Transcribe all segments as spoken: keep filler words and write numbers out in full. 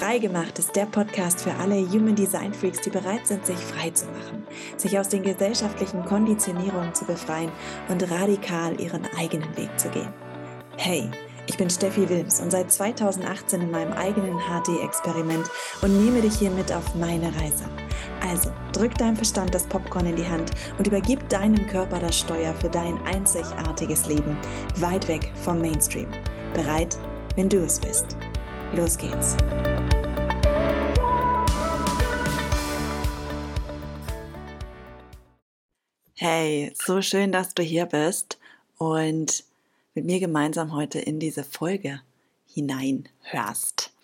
Freigemacht ist der Podcast für alle Human Design Freaks, die bereit sind, sich frei zu machen, sich aus den gesellschaftlichen Konditionierungen zu befreien und radikal ihren eigenen Weg zu gehen. Hey, ich bin Steffi Wilms und seit zweitausendachtzehn in meinem eigenen H D-Experiment und nehme dich hier mit auf meine Reise. Also drück deinem Verstand das Popcorn in die Hand und übergib deinem Körper das Steuer für dein einzigartiges Leben, weit weg vom Mainstream. Bereit, wenn du es bist. Los geht's. Hey, so schön, dass du hier bist und mit mir gemeinsam heute in diese Folge hineinhörst.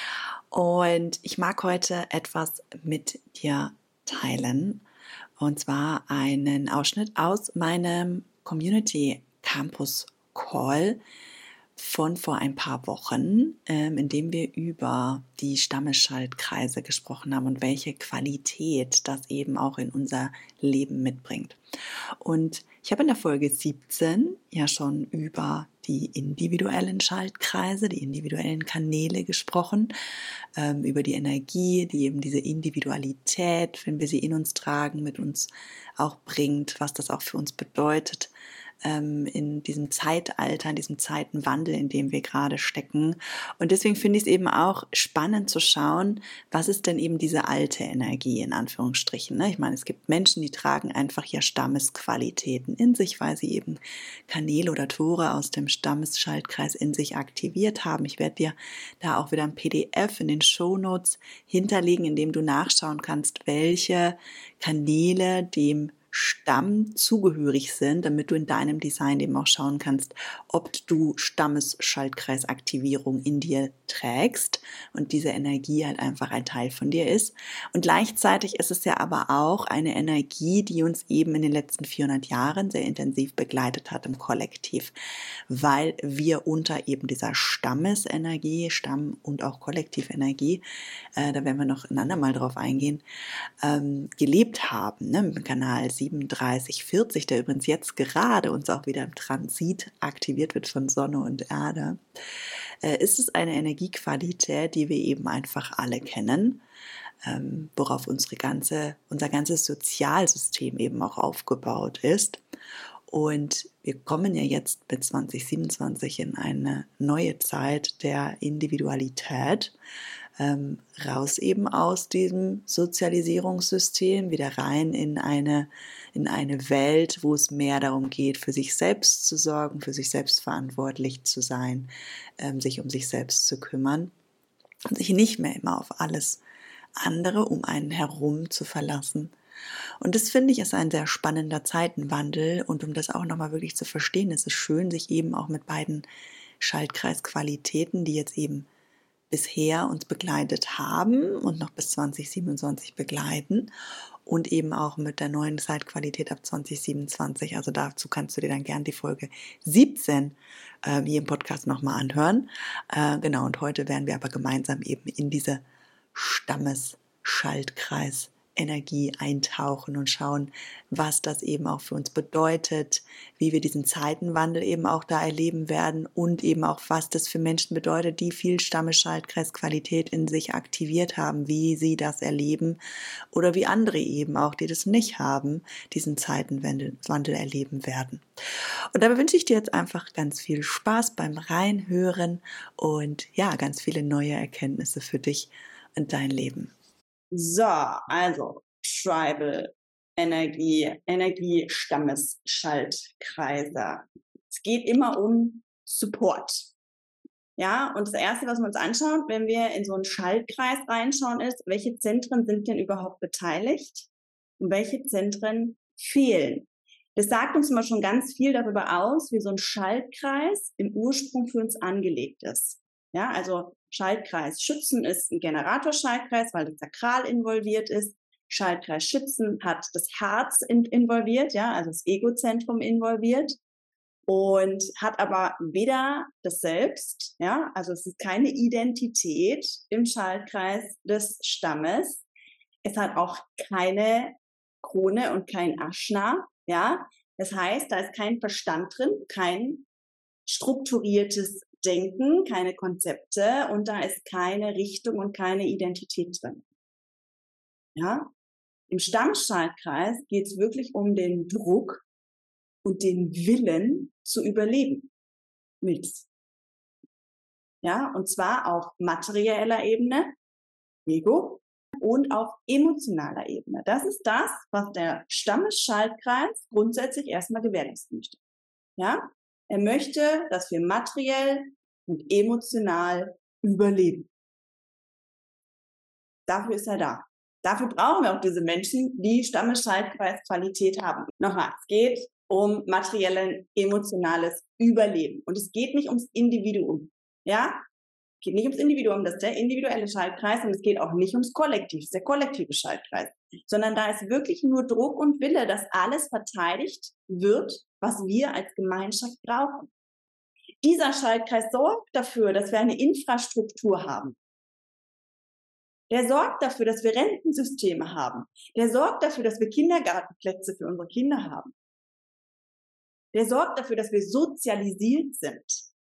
Und ich mag heute etwas mit dir teilen, und zwar einen Ausschnitt aus meinem Community Campus Call von vor ein paar Wochen, ähm, in dem wir über die Stammesschaltkreise gesprochen haben und welche Qualität das eben auch in unser Leben mitbringt. Und ich habe in der Folge siebzehn ja schon über die individuellen Schaltkreise, die individuellen Kanäle gesprochen, ähm, über die Energie, die eben diese Individualität, wenn wir sie in uns tragen, mit uns auch bringt, was das auch für uns bedeutet, in diesem Zeitalter, in diesem Zeitenwandel, in dem wir gerade stecken. Und deswegen finde ich es eben auch spannend zu schauen, was ist denn eben diese alte Energie in Anführungsstrichen. Ich meine, es gibt Menschen, die tragen einfach ja Stammesqualitäten in sich, weil sie eben Kanäle oder Tore aus dem Stammesschaltkreis in sich aktiviert haben. Ich werde dir da auch wieder ein P D F in den Shownotes hinterlegen, in dem du nachschauen kannst, welche Kanäle dem Stamm zugehörig sind, damit du in deinem Design eben auch schauen kannst, ob du Stammesschaltkreisaktivierung in dir trägst und diese Energie halt einfach ein Teil von dir ist. Und gleichzeitig ist es ja aber auch eine Energie, die uns eben in den letzten vierhundert Jahren sehr intensiv begleitet hat im Kollektiv, weil wir unter eben dieser Stammesenergie, Stamm- und auch Kollektivenergie, äh, da werden wir noch ein andermal drauf eingehen, ähm, gelebt haben, ne? Im Kanal siebenunddreißig vierzig, der übrigens jetzt gerade uns auch wieder im Transit aktiviert wird von Sonne und Erde, äh, ist es eine Energiequalität, die wir eben einfach alle kennen, ähm, worauf unsere ganze, unser ganzes Sozialsystem eben auch aufgebaut ist. Und wir kommen ja jetzt mit zwanzig siebenundzwanzig in eine neue Zeit der Individualität, ähm, raus eben aus diesem Sozialisierungssystem, wieder rein in eine, in eine Welt, wo es mehr darum geht, für sich selbst zu sorgen, für sich selbst verantwortlich zu sein, ähm, sich um sich selbst zu kümmern und sich nicht mehr immer auf alles andere um einen herum zu verlassen. Und das finde ich ist ein sehr spannender Zeitenwandel, und um das auch nochmal wirklich zu verstehen, ist es schön, sich eben auch mit beiden Schaltkreisqualitäten, die jetzt eben bisher uns begleitet haben und noch bis zwanzig siebenundzwanzig begleiten, und eben auch mit der neuen Zeitqualität ab zwanzig siebenundzwanzig. Also dazu kannst du dir dann gern die Folge siebzehn äh, hier im Podcast nochmal anhören. Äh, genau, und heute werden wir aber gemeinsam eben in diese Stammesschaltkreis Energie eintauchen und schauen, was das eben auch für uns bedeutet, wie wir diesen Zeitenwandel eben auch da erleben werden und eben auch, was das für Menschen bedeutet, die viel Stammesschaltkreisqualität in sich aktiviert haben, wie sie das erleben oder wie andere eben auch, die das nicht haben, diesen Zeitenwandel Wandel erleben werden. Und dabei wünsche ich dir jetzt einfach ganz viel Spaß beim Reinhören und ja, ganz viele neue Erkenntnisse für dich und dein Leben. So, also Tribal Energie, Energiestammesschaltkreise. Es geht immer um Support. Ja, und das Erste, was wir uns anschauen, wenn wir in so einen Schaltkreis reinschauen, ist, welche Zentren sind denn überhaupt beteiligt und welche Zentren fehlen. Das sagt uns immer schon ganz viel darüber aus, wie so ein Schaltkreis im Ursprung für uns angelegt ist. Ja, also Schaltkreis Schützen ist ein Generatorschaltkreis, weil das Sakral involviert ist. Schaltkreis Schützen hat das Herz in, involviert, ja, also das Egozentrum involviert, und hat aber weder das Selbst, ja, also es ist keine Identität im Schaltkreis des Stammes. Es hat auch keine Krone und kein Aschna, ja. Das heißt, da ist kein Verstand drin, kein strukturiertes Denken, keine Konzepte und da ist keine Richtung und keine Identität drin. Ja? Im Stammschaltkreis geht es wirklich um den Druck und den Willen zu überleben. Mit. Ja, und zwar auf materieller Ebene, Ego, und auf emotionaler Ebene. Das ist das, was der Stammesschaltkreis grundsätzlich erstmal gewährleisten möchte. Ja, er möchte, dass wir materiell und emotional überleben. Dafür ist er da. Dafür brauchen wir auch diese Menschen, die Stammesschaltkreisqualität haben. Nochmal, es geht um materielles, emotionales Überleben. Und es geht nicht ums Individuum. Ja? Es geht nicht ums Individuum, das ist der individuelle Schaltkreis, und es geht auch nicht ums Kollektiv, das ist der kollektive Schaltkreis. Sondern da ist wirklich nur Druck und Wille, dass alles verteidigt wird, was wir als Gemeinschaft brauchen. Dieser Schaltkreis sorgt dafür, dass wir eine Infrastruktur haben. Der sorgt dafür, dass wir Rentensysteme haben. Der sorgt dafür, dass wir Kindergartenplätze für unsere Kinder haben. Der sorgt dafür, dass wir sozialisiert sind.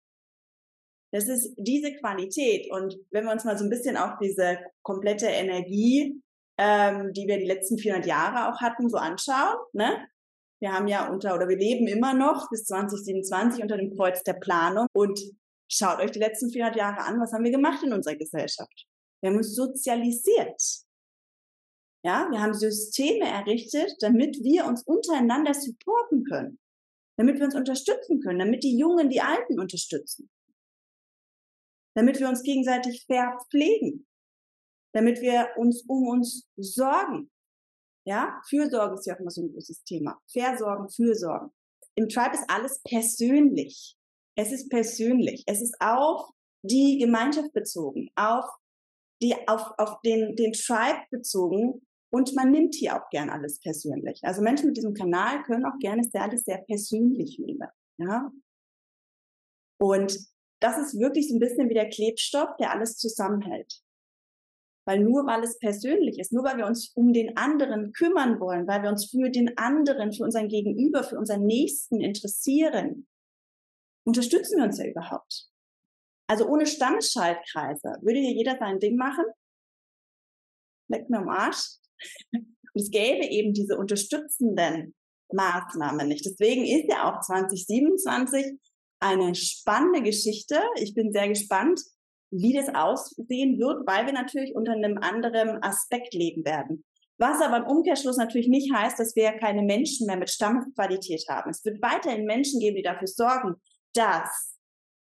Das ist diese Qualität. Und wenn wir uns mal so ein bisschen auf diese komplette Energie, ähm, die wir die letzten vierhundert Jahre auch hatten, so anschauen, ne? Wir haben ja unter, oder wir leben immer noch bis zwanzig siebenundzwanzig unter dem Kreuz der Planung. Und schaut euch die letzten vierhundert Jahre an, was haben wir gemacht in unserer Gesellschaft? Wir haben uns sozialisiert. Ja, wir haben Systeme errichtet, damit wir uns untereinander supporten können. Damit wir uns unterstützen können, damit die Jungen die Alten unterstützen. Damit wir uns gegenseitig verpflegen. Damit wir uns um uns sorgen. Ja, Fürsorge ist ja auch immer so ein großes Thema. Versorgen, Fürsorgen. Im Tribe ist alles persönlich. Es ist persönlich. Es ist auf die Gemeinschaft bezogen, auf die, auf, auf den, den Tribe bezogen. Und man nimmt hier auch gern alles persönlich. Also Menschen mit diesem Kanal können auch gerne sehr, alles sehr persönlich nehmen. Ja? Und das ist wirklich so ein bisschen wie der Klebstoff, der alles zusammenhält. Weil nur weil es persönlich ist, nur weil wir uns um den anderen kümmern wollen, weil wir uns für den anderen, für unseren Gegenüber, für unseren Nächsten interessieren, unterstützen wir uns ja überhaupt. Also ohne Stammesschaltkreise würde hier jeder sein Ding machen. Leck mir am Arsch. Und es gäbe eben diese unterstützenden Maßnahmen nicht. Deswegen ist ja auch zwanzig siebenundzwanzig eine spannende Geschichte. Ich bin sehr gespannt, wie das aussehen wird, weil wir natürlich unter einem anderen Aspekt leben werden. Was aber im Umkehrschluss natürlich nicht heißt, dass wir keine Menschen mehr mit Stammesqualität haben. Es wird weiterhin Menschen geben, die dafür sorgen, dass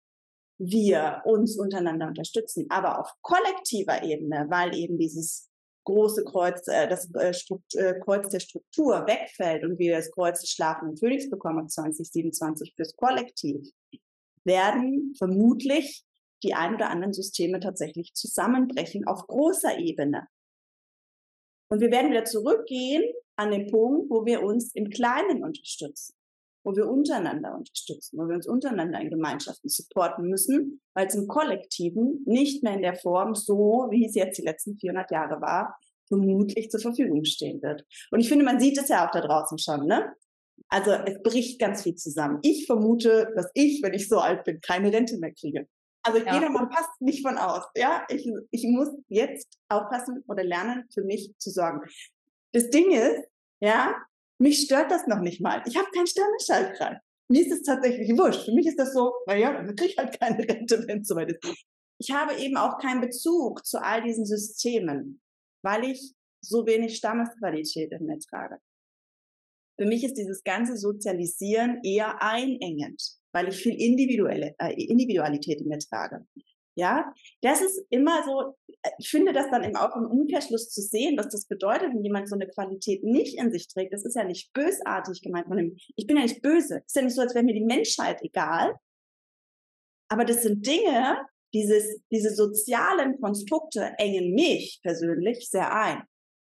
wir uns untereinander unterstützen. Aber auf kollektiver Ebene, weil eben dieses große Kreuz, äh, das äh, äh, Kreuz der Struktur wegfällt und wir das Kreuz des schlafenden Phönix bekommen zwanzig siebenundzwanzig fürs Kollektiv, werden vermutlich die ein oder anderen Systeme tatsächlich zusammenbrechen auf großer Ebene. Und wir werden wieder zurückgehen an den Punkt, wo wir uns im Kleinen unterstützen, wo wir untereinander unterstützen, wo wir uns untereinander in Gemeinschaften supporten müssen, weil es im Kollektiven nicht mehr in der Form so, wie es jetzt die letzten vierhundert Jahre war, vermutlich zur Verfügung stehen wird. Und ich finde, man sieht es ja auch da draußen schon, ne? Also es bricht ganz viel zusammen. Ich vermute, dass ich, wenn ich so alt bin, keine Rente mehr kriege. Also ja. Jedermann passt nicht von aus. Ja, ich, ich muss jetzt aufpassen oder lernen, für mich zu sorgen. Das Ding ist, ja, mich stört das noch nicht mal. Ich habe keinen Stammesschaltkreis. Mir ist es tatsächlich wurscht. Für mich ist das so, naja, dann kriege ich halt keine Rente, wenn es soweit ist. Ich habe eben auch keinen Bezug zu all diesen Systemen, weil ich so wenig Stammesqualität in mir trage. Für mich ist dieses ganze Sozialisieren eher einengend, weil ich viel individuelle, äh, Individualität in mir trage. Ja, das ist immer so, ich finde das dann eben auch im Umkehrschluss zu sehen, was das bedeutet, wenn jemand so eine Qualität nicht in sich trägt. Das ist ja nicht bösartig gemeint von ihm. Ich bin ja nicht böse. Es ist ja nicht so, als wäre mir die Menschheit egal. Aber das sind Dinge, dieses, diese sozialen Konstrukte engen mich persönlich sehr ein.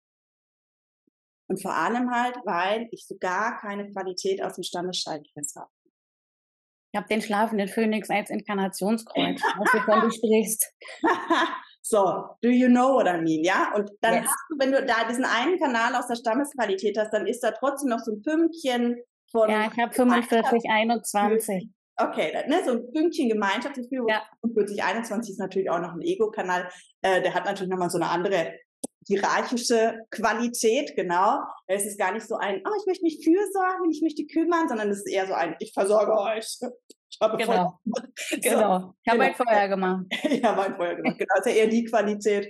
Und vor allem halt, weil ich so gar keine Qualität aus dem Stammesschaltkreis habe. Ich habe den schlafenden Phönix als Inkarnationskreuz, wovon du sprichst. So, do you know what I mean, ja? Und dann Yes. hast du, wenn du da diesen einen Kanal aus der Stammesqualität hast, dann ist da trotzdem noch so ein Pünktchen von... Ja, ich habe fünfundvierzig, einundzwanzig. Okay, dann, ne, so ein Pünktchen Gemeinschaftsgefühl. Ja. Und vierzig einundzwanzig ist natürlich auch noch ein Ego-Kanal. Äh, der hat natürlich nochmal so eine andere hierarchische Qualität, genau. Es ist gar nicht so ein, oh, ich möchte mich fürsorgen, ich möchte kümmern, sondern es ist eher so ein, ich versorge euch. Ich habe Genau, so, genau. Ich habe genau. ein Feuer gemacht. Ich habe ein Feuer gemacht, genau. Das ist ja eher die Qualität.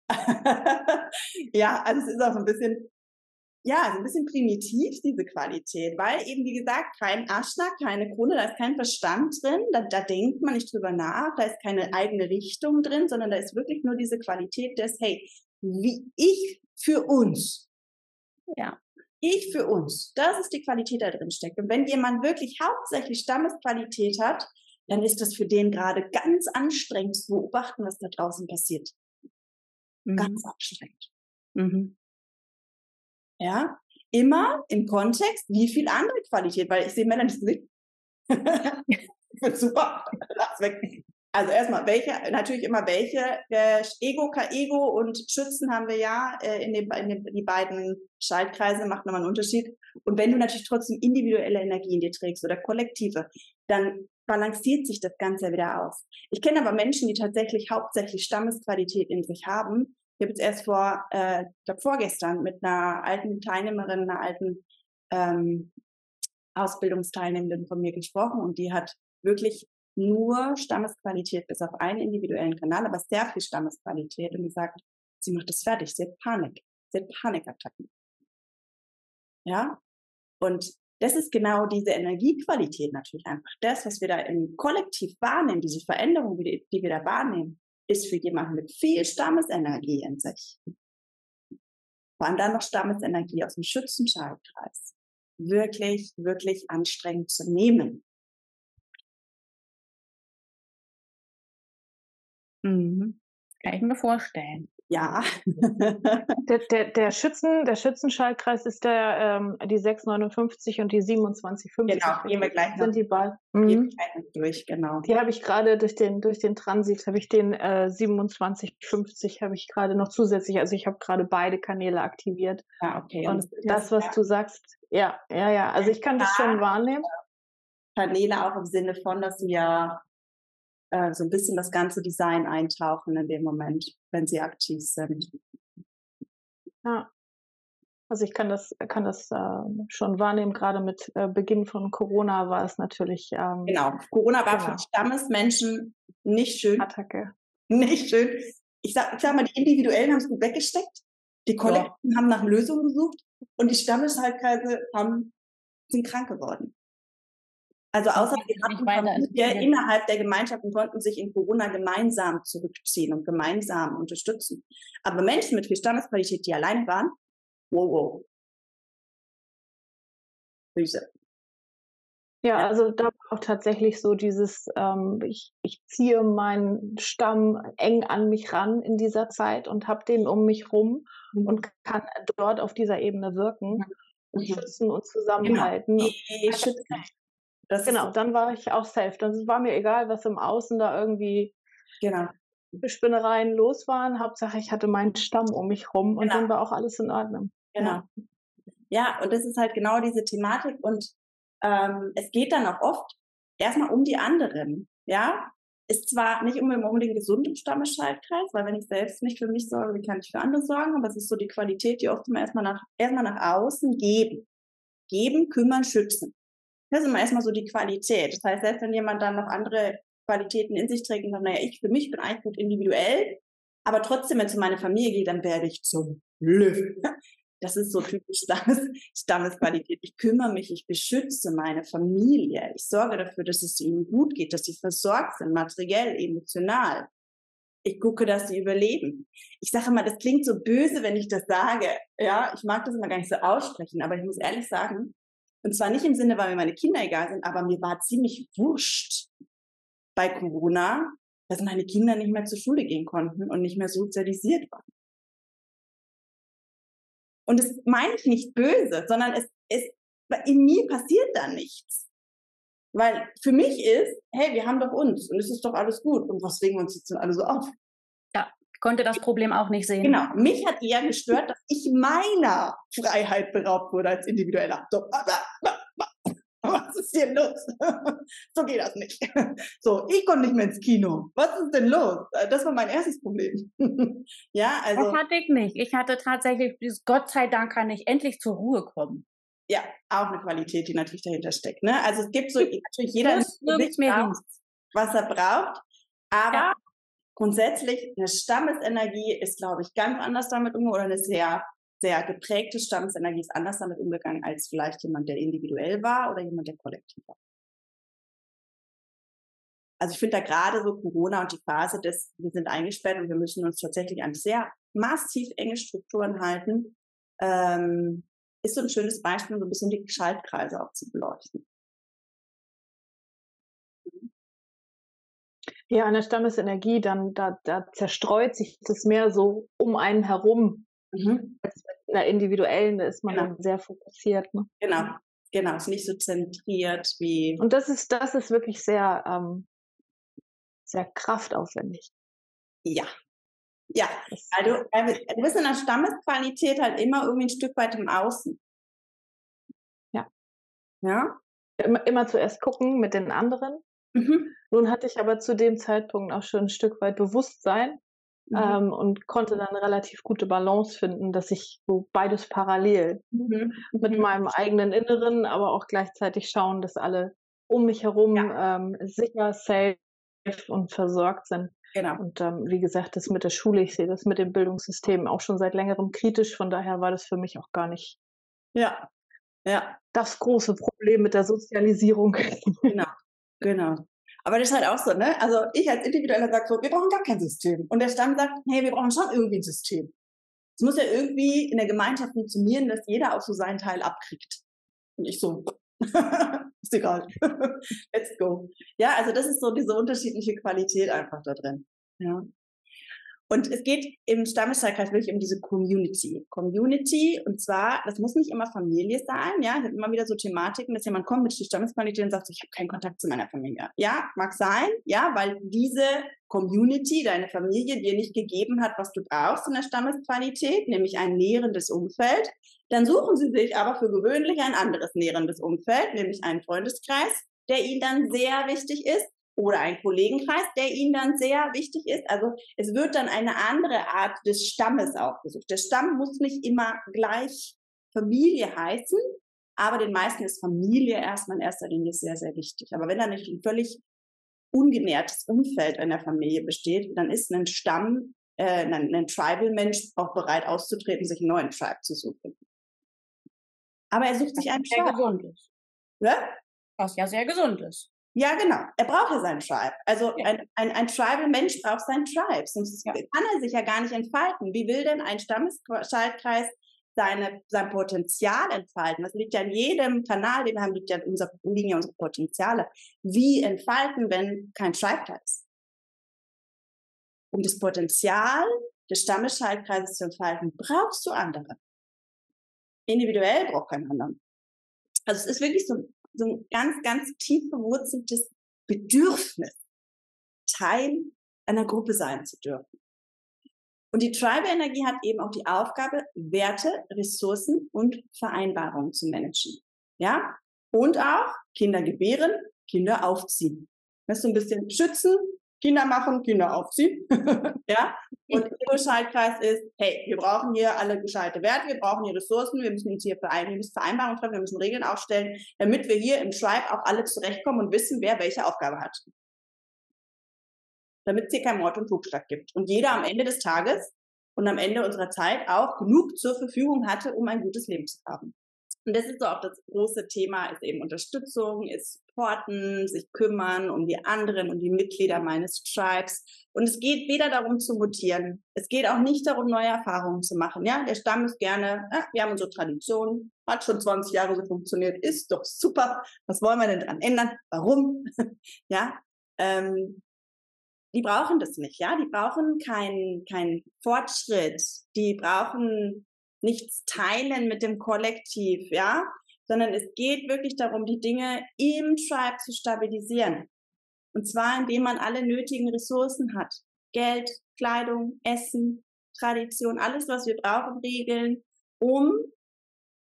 Ja, also es ist auch so ein bisschen, ja, so ein bisschen primitiv, diese Qualität, weil eben, wie gesagt, kein Aschnack, keine Krone, da ist kein Verstand drin, da, da denkt man nicht drüber nach, da ist keine eigene Richtung drin, sondern da ist wirklich nur diese Qualität des, hey, wie ich für uns. Ja. Ich für uns. Das ist die Qualität, da drin steckt. Und wenn jemand wirklich hauptsächlich Stammesqualität hat, dann ist das für den gerade ganz anstrengend zu beobachten, was da draußen passiert. Mhm. Ganz anstrengend. Mhm. Ja, immer im Kontext, wie viel andere Qualität, weil ich sehe Melanies Gesicht. Ich finde super, lass weg. Also erstmal, welche, natürlich immer welche, äh, Ego, K-Ego und Schützen haben wir ja, äh, in, den, in den, die beiden Schaltkreise, macht nochmal einen Unterschied. Und wenn du natürlich trotzdem individuelle Energie in dir trägst oder kollektive, dann balanciert sich das Ganze wieder aus. Ich kenne aber Menschen, die tatsächlich hauptsächlich Stammesqualität in sich haben. Ich habe jetzt erst vor, äh, ich glaube vorgestern mit einer alten Teilnehmerin, einer alten ähm, Ausbildungsteilnehmerin von mir gesprochen und die hat wirklich nur Stammesqualität bis auf einen individuellen Kanal, aber sehr viel Stammesqualität und die sagt, sie macht das fertig, sie hat Panik, sie hat Panikattacken. Ja, und das ist genau diese Energiequalität natürlich einfach. Das, was wir da im Kollektiv wahrnehmen, diese Veränderung, die, die wir da wahrnehmen, ist für jemanden mit viel Stammesenergie in sich. Vor allem dann noch Stammesenergie aus dem Schützenschaltkreis. Wirklich, wirklich anstrengend zu nehmen. Mhm. Kann ich mir vorstellen. Ja. Der, der, der, Schützen, der Schützenschaltkreis ist der, ähm, die sechs neunundfünfzig und die siebenundzwanzig fünfzig. Genau, gehen wir gleich noch, sind die beiden. gehen Mhm. wir gleich noch durch, genau. Die habe ich gerade durch den, durch den Transit, habe ich den äh, siebenundzwanzig fünfzig habe ich gerade noch zusätzlich, also ich habe gerade beide Kanäle aktiviert. Ja, okay. Und, und das, was du sagst, ja, ja, ja, also ich kann das schon wahrnehmen. Kanäle auch im Sinne von, dass wir äh, so ein bisschen das ganze Design eintauchen in dem Moment, wenn sie aktiv sind. Ja. Also ich kann das, kann das äh, schon wahrnehmen, gerade mit äh, Beginn von Corona war es natürlich. Ähm, genau, Corona war genau. für Stammesmenschen nicht schön. Attacke. Nicht schön. Ich sag, ich sag mal, die Individuellen haben es gut weggesteckt, die Kollektiven ja. haben nach Lösungen gesucht und die Stammesschaltkreise haben, sind krank geworden. Also außer die Familie innerhalb der Gemeinschaften konnten sich in Corona gemeinsam zurückziehen und gemeinsam unterstützen. Aber Menschen mit viel Stammesqualität, die allein waren, wow, wow. Böse. Ja, also da war auch tatsächlich so dieses, ähm, ich, ich ziehe meinen Stamm eng an mich ran in dieser Zeit und habe den um mich rum mhm. und kann dort auf dieser Ebene wirken mhm. und schützen und zusammenhalten. Genau, die schützen. Das genau, dann war ich auch safe. Dann war mir egal, was im Außen da irgendwie genau. für Spinnereien los waren. Hauptsache, ich hatte meinen Stamm um mich rum und genau. dann war auch alles in Ordnung. Genau. Ja. ja, und das ist halt genau diese Thematik. Und ähm, es geht dann auch oft erstmal um die anderen. Ja, ist zwar nicht unbedingt gesund im Stammesschaltkreis, weil wenn ich selbst nicht für mich sorge, wie kann ich für andere sorgen? Aber es ist so die Qualität, die oft immer erstmal nach, erstmal nach außen geben. Geben, kümmern, schützen. Das ist immer erstmal so die Qualität. Das heißt, selbst wenn jemand dann noch andere Qualitäten in sich trägt und sagt, naja, ich für mich bin eigentlich gut individuell, aber trotzdem, wenn es um meine Familie geht, dann werde ich zum Löwen. Das ist so typisch Stammes, Stammesqualität. Ich kümmere mich, ich beschütze meine Familie. Ich sorge dafür, dass es ihnen gut geht, dass sie versorgt sind, materiell, emotional. Ich gucke, dass sie überleben. Ich sage immer, das klingt so böse, wenn ich das sage. Ja, ich mag das immer gar nicht so aussprechen, aber ich muss ehrlich sagen, und zwar nicht im Sinne, weil mir meine Kinder egal sind, aber mir war ziemlich wurscht bei Corona, dass meine Kinder nicht mehr zur Schule gehen konnten und nicht mehr sozialisiert waren. Und das meine ich nicht böse, sondern es, es, in mir passiert da nichts. Weil für mich ist, hey, wir haben doch uns und es ist doch alles gut. Und was regen wir uns jetzt denn alle so auf? Ja, konnte das Problem auch nicht sehen. Genau, mich hat eher gestört, dass ich meiner Freiheit beraubt wurde als Individueller. So, was was ist hier los? So geht das nicht. So, ich komme nicht mehr ins Kino. Was ist denn los? Das war mein erstes Problem. Ja, also. Das hatte ich nicht. Ich hatte tatsächlich dieses Gott sei Dank kann ich endlich zur Ruhe kommen. Ja, auch eine Qualität, die natürlich dahinter steckt. Ne? Also es gibt so, natürlich jeder, Muss nirgends mehr hin. was er braucht, aber Ja. grundsätzlich eine Stammesenergie ist, glaube ich, ganz anders damit umgegangen, oder eine sehr, sehr geprägte Stammesenergie ist anders damit umgegangen als vielleicht jemand, der individuell war oder jemand, der kollektiv war. Also ich finde da gerade so Corona und die Phase des, wir sind eingesperrt und wir müssen uns tatsächlich an sehr massiv enge Strukturen halten, ähm, ist so ein schönes Beispiel, so ein bisschen die Schaltkreise auch zu beleuchten. Ja, an der Stammesenergie, dann da, da zerstreut sich das mehr so um einen herum. Mhm. Als mit einer individuellen, da ist man Genau. dann sehr fokussiert. Ne? Genau, genau, ist nicht so zentriert wie. Und das ist, das ist wirklich sehr, ähm, sehr kraftaufwendig. Ja, ja. Das, Also du bist in der Stammesqualität halt immer irgendwie ein Stück weit im Außen. Ja. Ja. Immer, immer zuerst gucken mit den anderen. Mhm. Nun hatte ich aber zu dem Zeitpunkt auch schon ein Stück weit Bewusstsein Mhm. ähm, und konnte dann eine relativ gute Balance finden, dass ich so beides parallel Mhm. mit Mhm. meinem eigenen Inneren, aber auch gleichzeitig schauen, dass alle um mich herum Ja. ähm, sicher, safe und versorgt sind. Genau. Und ähm, wie gesagt, das mit der Schule, ich sehe das mit dem Bildungssystem auch schon seit längerem kritisch, von daher war das für mich auch gar nicht Ja. Ja. das große Problem mit der Sozialisierung. Genau. Genau. Aber das ist halt auch so, ne? Also ich als Individueller sage so, wir brauchen gar kein System. Und der Stamm sagt, hey, wir brauchen schon irgendwie ein System. Es muss ja irgendwie in der Gemeinschaft funktionieren, dass jeder auch so seinen Teil abkriegt. Und ich so, ist egal. Let's go. Ja, also das ist so diese unterschiedliche Qualität einfach da drin. Ja. Und es geht im Stammesschaltkreis wirklich um diese Community. Community, und zwar, das muss nicht immer Familie sein, ja, ich habe immer wieder so Thematiken, dass jemand kommt mit der Stammesqualität und sagt, so, ich habe keinen Kontakt zu meiner Familie. Ja, mag sein, ja, weil diese Community, deine Familie dir nicht gegeben hat, was du brauchst in der Stammesqualität, nämlich ein nährendes Umfeld. Dann suchen sie sich aber für gewöhnlich ein anderes nährendes Umfeld, nämlich einen Freundeskreis, der ihnen dann sehr wichtig ist, oder ein Kollegenkreis, der ihnen dann sehr wichtig ist. Also es wird dann eine andere Art des Stammes aufgesucht. Der Stamm muss nicht immer gleich Familie heißen, aber den meisten ist Familie erstmal in erster Linie sehr, sehr wichtig. Aber wenn da nicht ein völlig ungenährtes Umfeld in der Familie besteht, dann ist ein Stamm, äh, ein, ein Tribal-Mensch auch bereit auszutreten, sich einen neuen Tribe zu suchen. Aber er sucht sich einen sehr Tribe. gesund ist. Ja? Was ja sehr gesund ist. Ja, genau. Er braucht ja seinen Tribe. Also Ja. ein, ein, ein Tribal-Mensch braucht seinen Tribe. Sonst Ja. kann er sich ja gar nicht entfalten. Wie will denn ein Stammesschaltkreis seine, sein Potenzial entfalten? Das liegt ja in jedem Kanal, den wir haben, liegt ja in unser, liegen ja unsere Potenziale. Wie entfalten, wenn kein Tribe da ist? Um das Potenzial des Stammesschaltkreises zu entfalten, brauchst du andere. Individuell braucht keinen anderen. Also es ist wirklich so so ein ganz, ganz tief verwurzeltes Bedürfnis, Teil einer Gruppe sein zu dürfen. Und die Tribe-Energie hat eben auch die Aufgabe, Werte, Ressourcen und Vereinbarungen zu managen. Ja? Und auch Kinder gebären, Kinder aufziehen. Das ist so ein bisschen schützen, Kinder machen, Kinder aufziehen. Ja? Und Ego-Schaltkreis ist, hey, wir brauchen hier alle gescheite Werte, wir brauchen hier Ressourcen, wir müssen uns hier Verein, wir müssen Vereinbarungen treffen, wir müssen Regeln aufstellen, damit wir hier im Tribe auch alle zurechtkommen und wissen, wer welche Aufgabe hat. Damit es hier kein Mord und Totschlag gibt. Und jeder am Ende des Tages und am Ende unserer Zeit auch genug zur Verfügung hatte, um ein gutes Leben zu haben. Und das ist so auch das große Thema, ist eben Unterstützung, ist supporten, sich kümmern um die anderen, um die Mitglieder meines Tribes. Und es geht weder darum zu mutieren, es geht auch nicht darum, neue Erfahrungen zu machen. Ja, der Stamm ist gerne, ja, wir haben unsere Tradition, hat schon zwanzig Jahre so funktioniert, ist doch super. Was wollen wir denn daran ändern? Warum? Ja, ähm, die brauchen das nicht, ja, die brauchen keinen keinen Fortschritt, die brauchen nichts teilen mit dem Kollektiv, ja, sondern es geht wirklich darum, die Dinge im Tribe zu stabilisieren. Und zwar, indem man alle nötigen Ressourcen hat. Geld, Kleidung, Essen, Tradition, alles, was wir brauchen, Regeln, um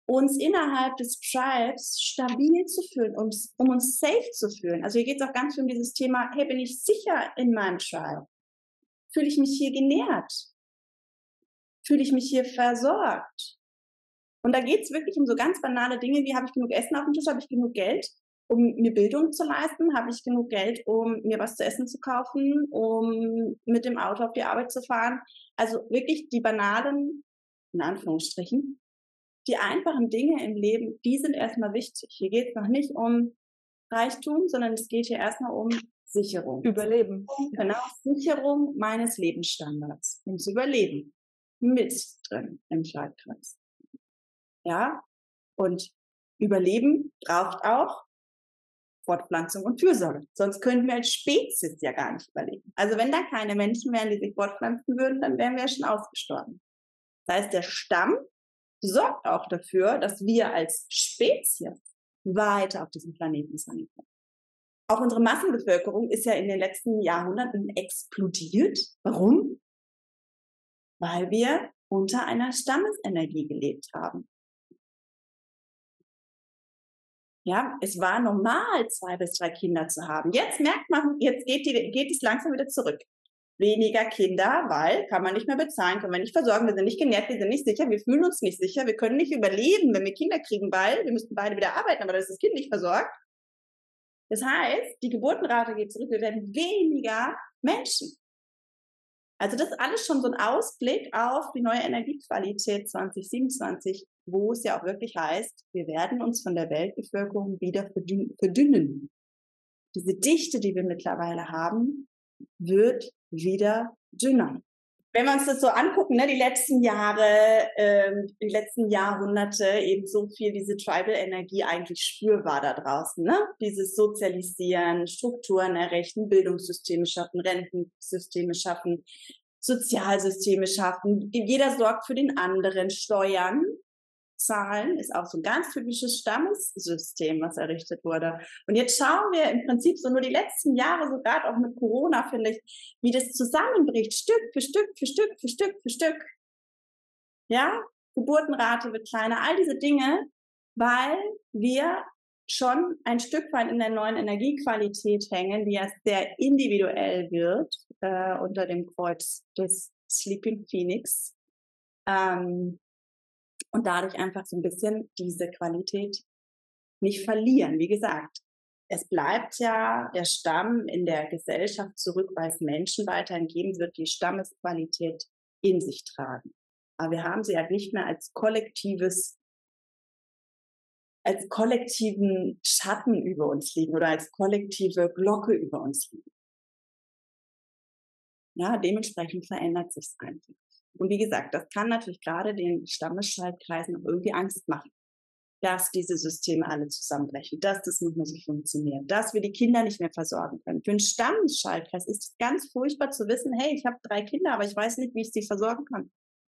uns innerhalb des Tribes stabil zu fühlen, um, um uns safe zu fühlen. Also hier geht es auch ganz viel um dieses Thema, hey, bin ich sicher in meinem Tribe? Fühle ich mich hier genährt? Fühle ich mich hier versorgt? Und da geht es wirklich um so ganz banale Dinge, wie habe ich genug Essen auf dem Tisch, habe ich genug Geld, um mir Bildung zu leisten, habe ich genug Geld, um mir was zu essen zu kaufen, um mit dem Auto auf die Arbeit zu fahren. Also wirklich die banalen, in Anführungsstrichen, die einfachen Dinge im Leben, die sind erstmal wichtig. Hier geht es noch nicht um Reichtum, sondern es geht hier erstmal um Sicherung. Überleben. Genau, Sicherung meines Lebensstandards. Ums Überleben. Mit drin im Schaltkreis. Ja, und Überleben braucht auch Fortpflanzung und Fürsorge. Sonst könnten wir als Spezies ja gar nicht überleben. Also wenn da keine Menschen wären, die sich fortpflanzen würden, dann wären wir ja schon ausgestorben. Das heißt, der Stamm sorgt auch dafür, dass wir als Spezies weiter auf diesem Planeten sein können. Auch unsere Massenbevölkerung ist ja in den letzten Jahrhunderten explodiert. Warum? Weil wir unter einer Stammesenergie gelebt haben. Ja, es war normal, zwei bis drei Kinder zu haben. Jetzt merkt man, jetzt geht, die, geht es langsam wieder zurück. Weniger Kinder, weil kann man nicht mehr bezahlen, können wir nicht versorgen, wir sind nicht genährt, wir sind nicht sicher, wir fühlen uns nicht sicher, wir können nicht überleben, wenn wir Kinder kriegen, weil wir müssten beide wieder arbeiten, aber da ist das Kind nicht versorgt. Das heißt, die Geburtenrate geht zurück, wir werden weniger Menschen. Also das ist alles schon so ein Ausblick auf die neue Energiequalität zwanzig siebenundzwanzig, wo es ja auch wirklich heißt, wir werden uns von der Weltbevölkerung wieder verdünnen. Diese Dichte, die wir mittlerweile haben, wird wieder dünner. Wenn wir uns das so angucken, ne, die letzten Jahre, ähm, die letzten Jahrhunderte, eben so viel diese Tribal-Energie eigentlich spürbar da draußen, ne? Dieses Sozialisieren, Strukturen errichten, Bildungssysteme schaffen, Rentensysteme schaffen, Sozialsysteme schaffen. Jeder sorgt für den anderen, Steuern, Zahlen ist auch so ein ganz typisches Stammessystem, was errichtet wurde. Und jetzt schauen wir im Prinzip so nur die letzten Jahre, so gerade auch mit Corona, finde ich, wie das zusammenbricht, Stück für Stück für Stück für Stück für Stück. Ja, Geburtenrate wird kleiner, all diese Dinge, weil wir schon ein Stück weit in der neuen Energiequalität hängen, die ja sehr individuell wird, äh, unter dem Kreuz des Sleeping Phoenix. Ähm, Und dadurch einfach so ein bisschen diese Qualität nicht verlieren. Wie gesagt, es bleibt ja der Stamm in der Gesellschaft zurück, weil es Menschen weiterhin geben wird, die Stammesqualität in sich tragen. Aber wir haben sie halt nicht mehr als kollektives, als kollektiven Schatten über uns liegen oder als kollektive Glocke über uns liegen. Ja, dementsprechend verändert sich es einfach. Und wie gesagt, das kann natürlich gerade den Stammesschaltkreisen auch irgendwie Angst machen, dass diese Systeme alle zusammenbrechen, dass das nicht mehr so funktioniert, dass wir die Kinder nicht mehr versorgen können. Für einen Stammesschaltkreis ist es ganz furchtbar zu wissen, hey, ich habe drei Kinder, aber ich weiß nicht, wie ich sie versorgen kann.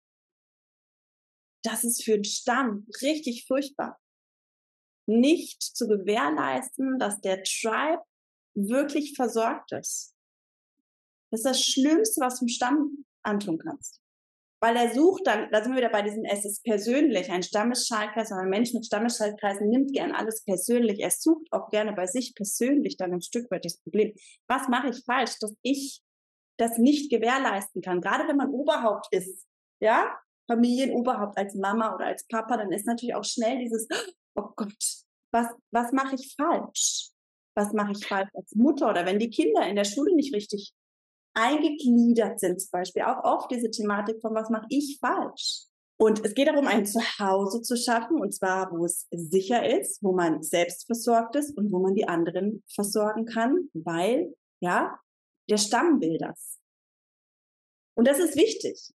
Das ist für einen Stamm richtig furchtbar. Nicht zu gewährleisten, dass der Tribe wirklich versorgt ist. Das ist das Schlimmste, was du dem Stamm antun kannst. Weil er sucht dann, da sind wir wieder bei diesem, es ist persönlich, ein Stammesschaltkreis oder ein Mensch mit Stammesschaltkreisen nimmt gern alles persönlich. Er sucht auch gerne bei sich persönlich dann ein Stück weit das Problem. Was mache ich falsch, dass ich das nicht gewährleisten kann? Gerade wenn man Oberhaupt ist, ja, Familienoberhaupt als Mama oder als Papa, dann ist natürlich auch schnell dieses, oh Gott, was, was mache ich falsch? Was mache ich falsch als Mutter? Oder wenn die Kinder in der Schule nicht richtig eingegliedert sind, zum Beispiel auch oft diese Thematik von, was mache ich falsch? Und es geht darum, ein Zuhause zu schaffen, und zwar, wo es sicher ist, wo man selbst versorgt ist und wo man die anderen versorgen kann, weil, ja, der Stamm will das. Und das ist wichtig.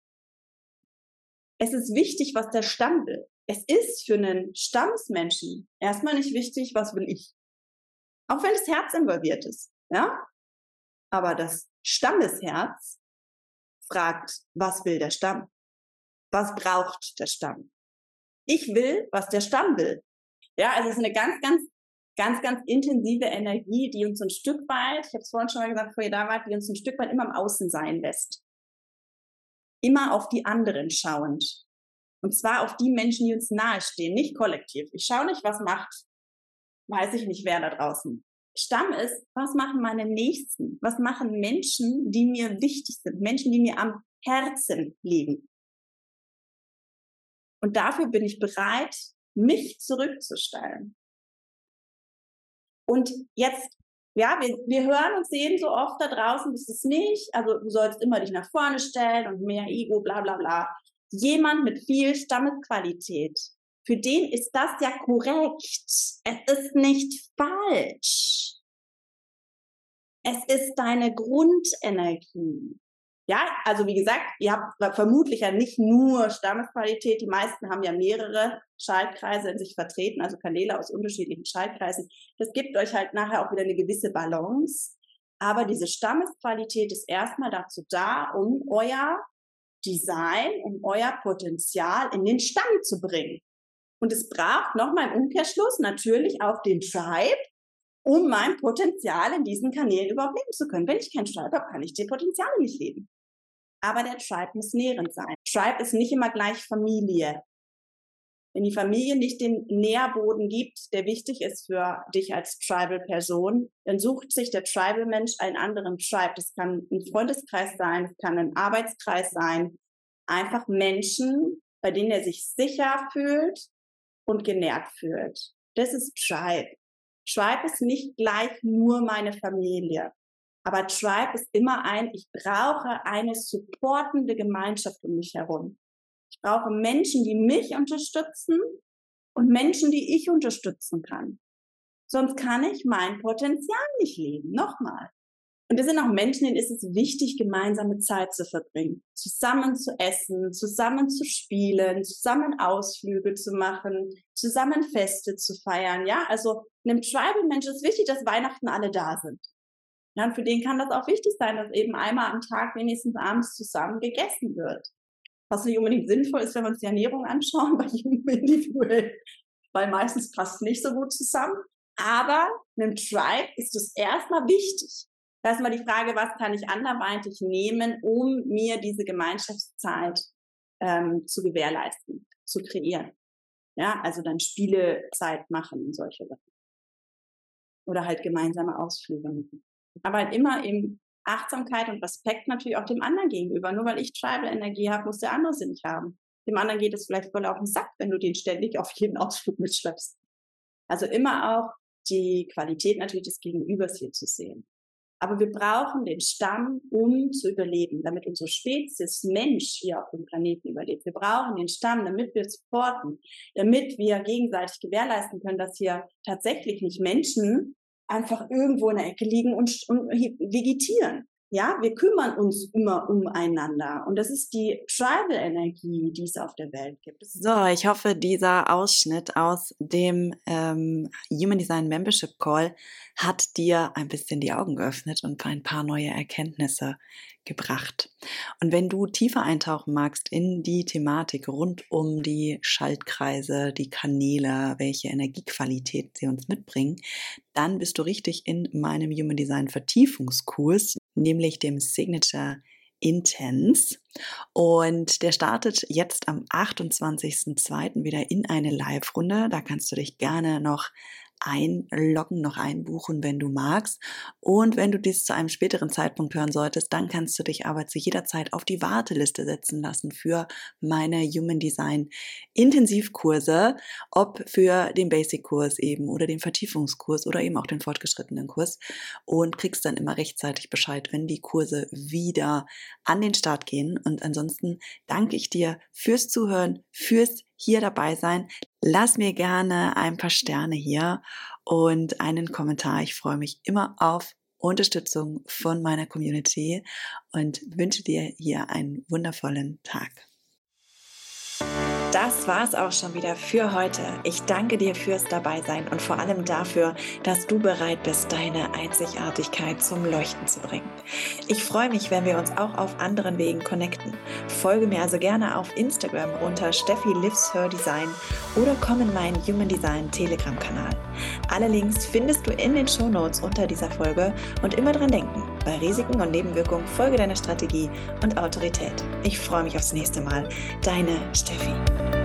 Es ist wichtig, was der Stamm will. Es ist für einen Stammesmenschen erstmal nicht wichtig, was will ich. Auch wenn das Herz involviert ist, ja? Aber das Stammesherz fragt, was will der Stamm? Was braucht der Stamm? Ich will, was der Stamm will. Ja, also es ist eine ganz, ganz, ganz, ganz intensive Energie, die uns ein Stück weit, ich habe es vorhin schon mal gesagt, bevor ihr da wart, die uns ein Stück weit immer im Außen sein lässt. Immer auf die anderen schauend. Und zwar auf die Menschen, die uns nahestehen, nicht kollektiv. Ich schaue nicht, was macht, weiß ich nicht, wer da draußen. Stamm ist, was machen meine Nächsten? Was machen Menschen, die mir wichtig sind? Menschen, die mir am Herzen liegen. Und dafür bin ich bereit, mich zurückzustellen. Und jetzt, ja, wir, wir hören und sehen so oft da draußen, das ist nicht, also du sollst immer dich nach vorne stellen und mehr Ego, bla bla bla. Jemand mit viel Stammesqualität, für den ist das ja korrekt. Es ist nicht falsch. Es ist deine Grundenergie. Ja, also wie gesagt, ihr habt vermutlich ja nicht nur Stammesqualität, die meisten haben ja mehrere Schaltkreise in sich vertreten, also Kanäle aus unterschiedlichen Schaltkreisen. Das gibt euch halt nachher auch wieder eine gewisse Balance. Aber diese Stammesqualität ist erstmal dazu da, um euer Design, um euer Potenzial in den Stamm zu bringen. Und es braucht nochmal im Umkehrschluss natürlich auch den Tribe, um mein Potenzial in diesen Kanälen überhaupt leben zu können. Wenn ich kein Tribe habe, kann ich die Potenziale nicht leben. Aber der Tribe muss nährend sein. Tribe ist nicht immer gleich Familie. Wenn die Familie nicht den Nährboden gibt, der wichtig ist für dich als Tribal-Person, dann sucht sich der Tribal-Mensch einen anderen Tribe. Das kann ein Freundeskreis sein, das kann ein Arbeitskreis sein. Einfach Menschen, bei denen er sich sicher fühlt und genährt fühlt. Das ist Tribe. Tribe ist nicht gleich nur meine Familie. Aber Tribe ist immer ein, ich brauche eine supportende Gemeinschaft um mich herum. Ich brauche Menschen, die mich unterstützen und Menschen, die ich unterstützen kann. Sonst kann ich mein Potenzial nicht leben. Nochmal. Und es sind auch Menschen, denen ist es wichtig, gemeinsame Zeit zu verbringen. Zusammen zu essen, zusammen zu spielen, zusammen Ausflüge zu machen, zusammen Feste zu feiern. Ja, also einem Tribal-Mensch ist wichtig, dass Weihnachten alle da sind. Ja, und für den kann das auch wichtig sein, dass eben einmal am Tag wenigstens abends zusammen gegessen wird. Was nicht unbedingt sinnvoll ist, wenn wir uns die Ernährung anschauen, bei jedem individuell, weil meistens passt es nicht so gut zusammen. Aber einem Tribe ist es erstmal wichtig. Da ist mal die Frage, was kann ich anderweitig nehmen, um mir diese Gemeinschaftszeit ähm, zu gewährleisten, zu kreieren. Ja, also dann Spielezeit machen und solche Sachen. Oder halt gemeinsame Ausflüge machen. Aber halt immer in Achtsamkeit und Respekt natürlich auch dem anderen gegenüber. Nur weil ich Tribal-Energie habe, muss der andere sie nicht haben. Dem anderen geht es vielleicht voll auf den Sack, wenn du den ständig auf jeden Ausflug mitschleppst. Also immer auch die Qualität natürlich des Gegenübers hier zu sehen. Aber wir brauchen den Stamm, um zu überleben, damit unsere Spezies Mensch hier auf dem Planeten überlebt. Wir brauchen den Stamm, damit wir supporten, damit wir gegenseitig gewährleisten können, dass hier tatsächlich nicht Menschen einfach irgendwo in der Ecke liegen und, und vegetieren. Ja, wir kümmern uns immer umeinander. Und das ist die Tribal-Energie, die es auf der Welt gibt. So, ich hoffe, dieser Ausschnitt aus dem ähm, Human Design Membership Call hat dir ein bisschen die Augen geöffnet und ein paar neue Erkenntnisse gebracht. Und wenn du tiefer eintauchen magst in die Thematik rund um die Schaltkreise, die Kanäle, welche Energiequalität sie uns mitbringen, dann bist du richtig in meinem Human Design Vertiefungskurs, nämlich dem Signature Intense. Und der startet jetzt am achtundzwanzigsten zweiten wieder in eine Live-Runde. Da kannst du dich gerne noch einloggen, noch einbuchen, wenn du magst. Und wenn du dies zu einem späteren Zeitpunkt hören solltest, dann kannst du dich aber zu jeder Zeit auf die Warteliste setzen lassen für meine Human Design Intensivkurse, ob für den Basic-Kurs eben oder den Vertiefungskurs oder eben auch den fortgeschrittenen Kurs, und kriegst dann immer rechtzeitig Bescheid, wenn die Kurse wieder an den Start gehen. Und ansonsten danke ich dir fürs Zuhören, fürs hier dabei sein. Lass mir gerne ein paar Sterne hier und einen Kommentar. Ich freue mich immer auf Unterstützung von meiner Community und wünsche dir hier einen wundervollen Tag. Das war's auch schon wieder für heute. Ich danke dir fürs Dabeisein und vor allem dafür, dass du bereit bist, deine Einzigartigkeit zum Leuchten zu bringen. Ich freue mich, wenn wir uns auch auf anderen Wegen connecten. Folge mir also gerne auf Instagram unter Steffi Lives Her Design oder komm in meinen Human Design Telegram-Kanal. Alle Links findest du in den Shownotes unter dieser Folge und immer dran denken. Bei Risiken und Nebenwirkungen folge deiner Strategie und Autorität. Ich freue mich aufs nächste Mal. Deine Steffi.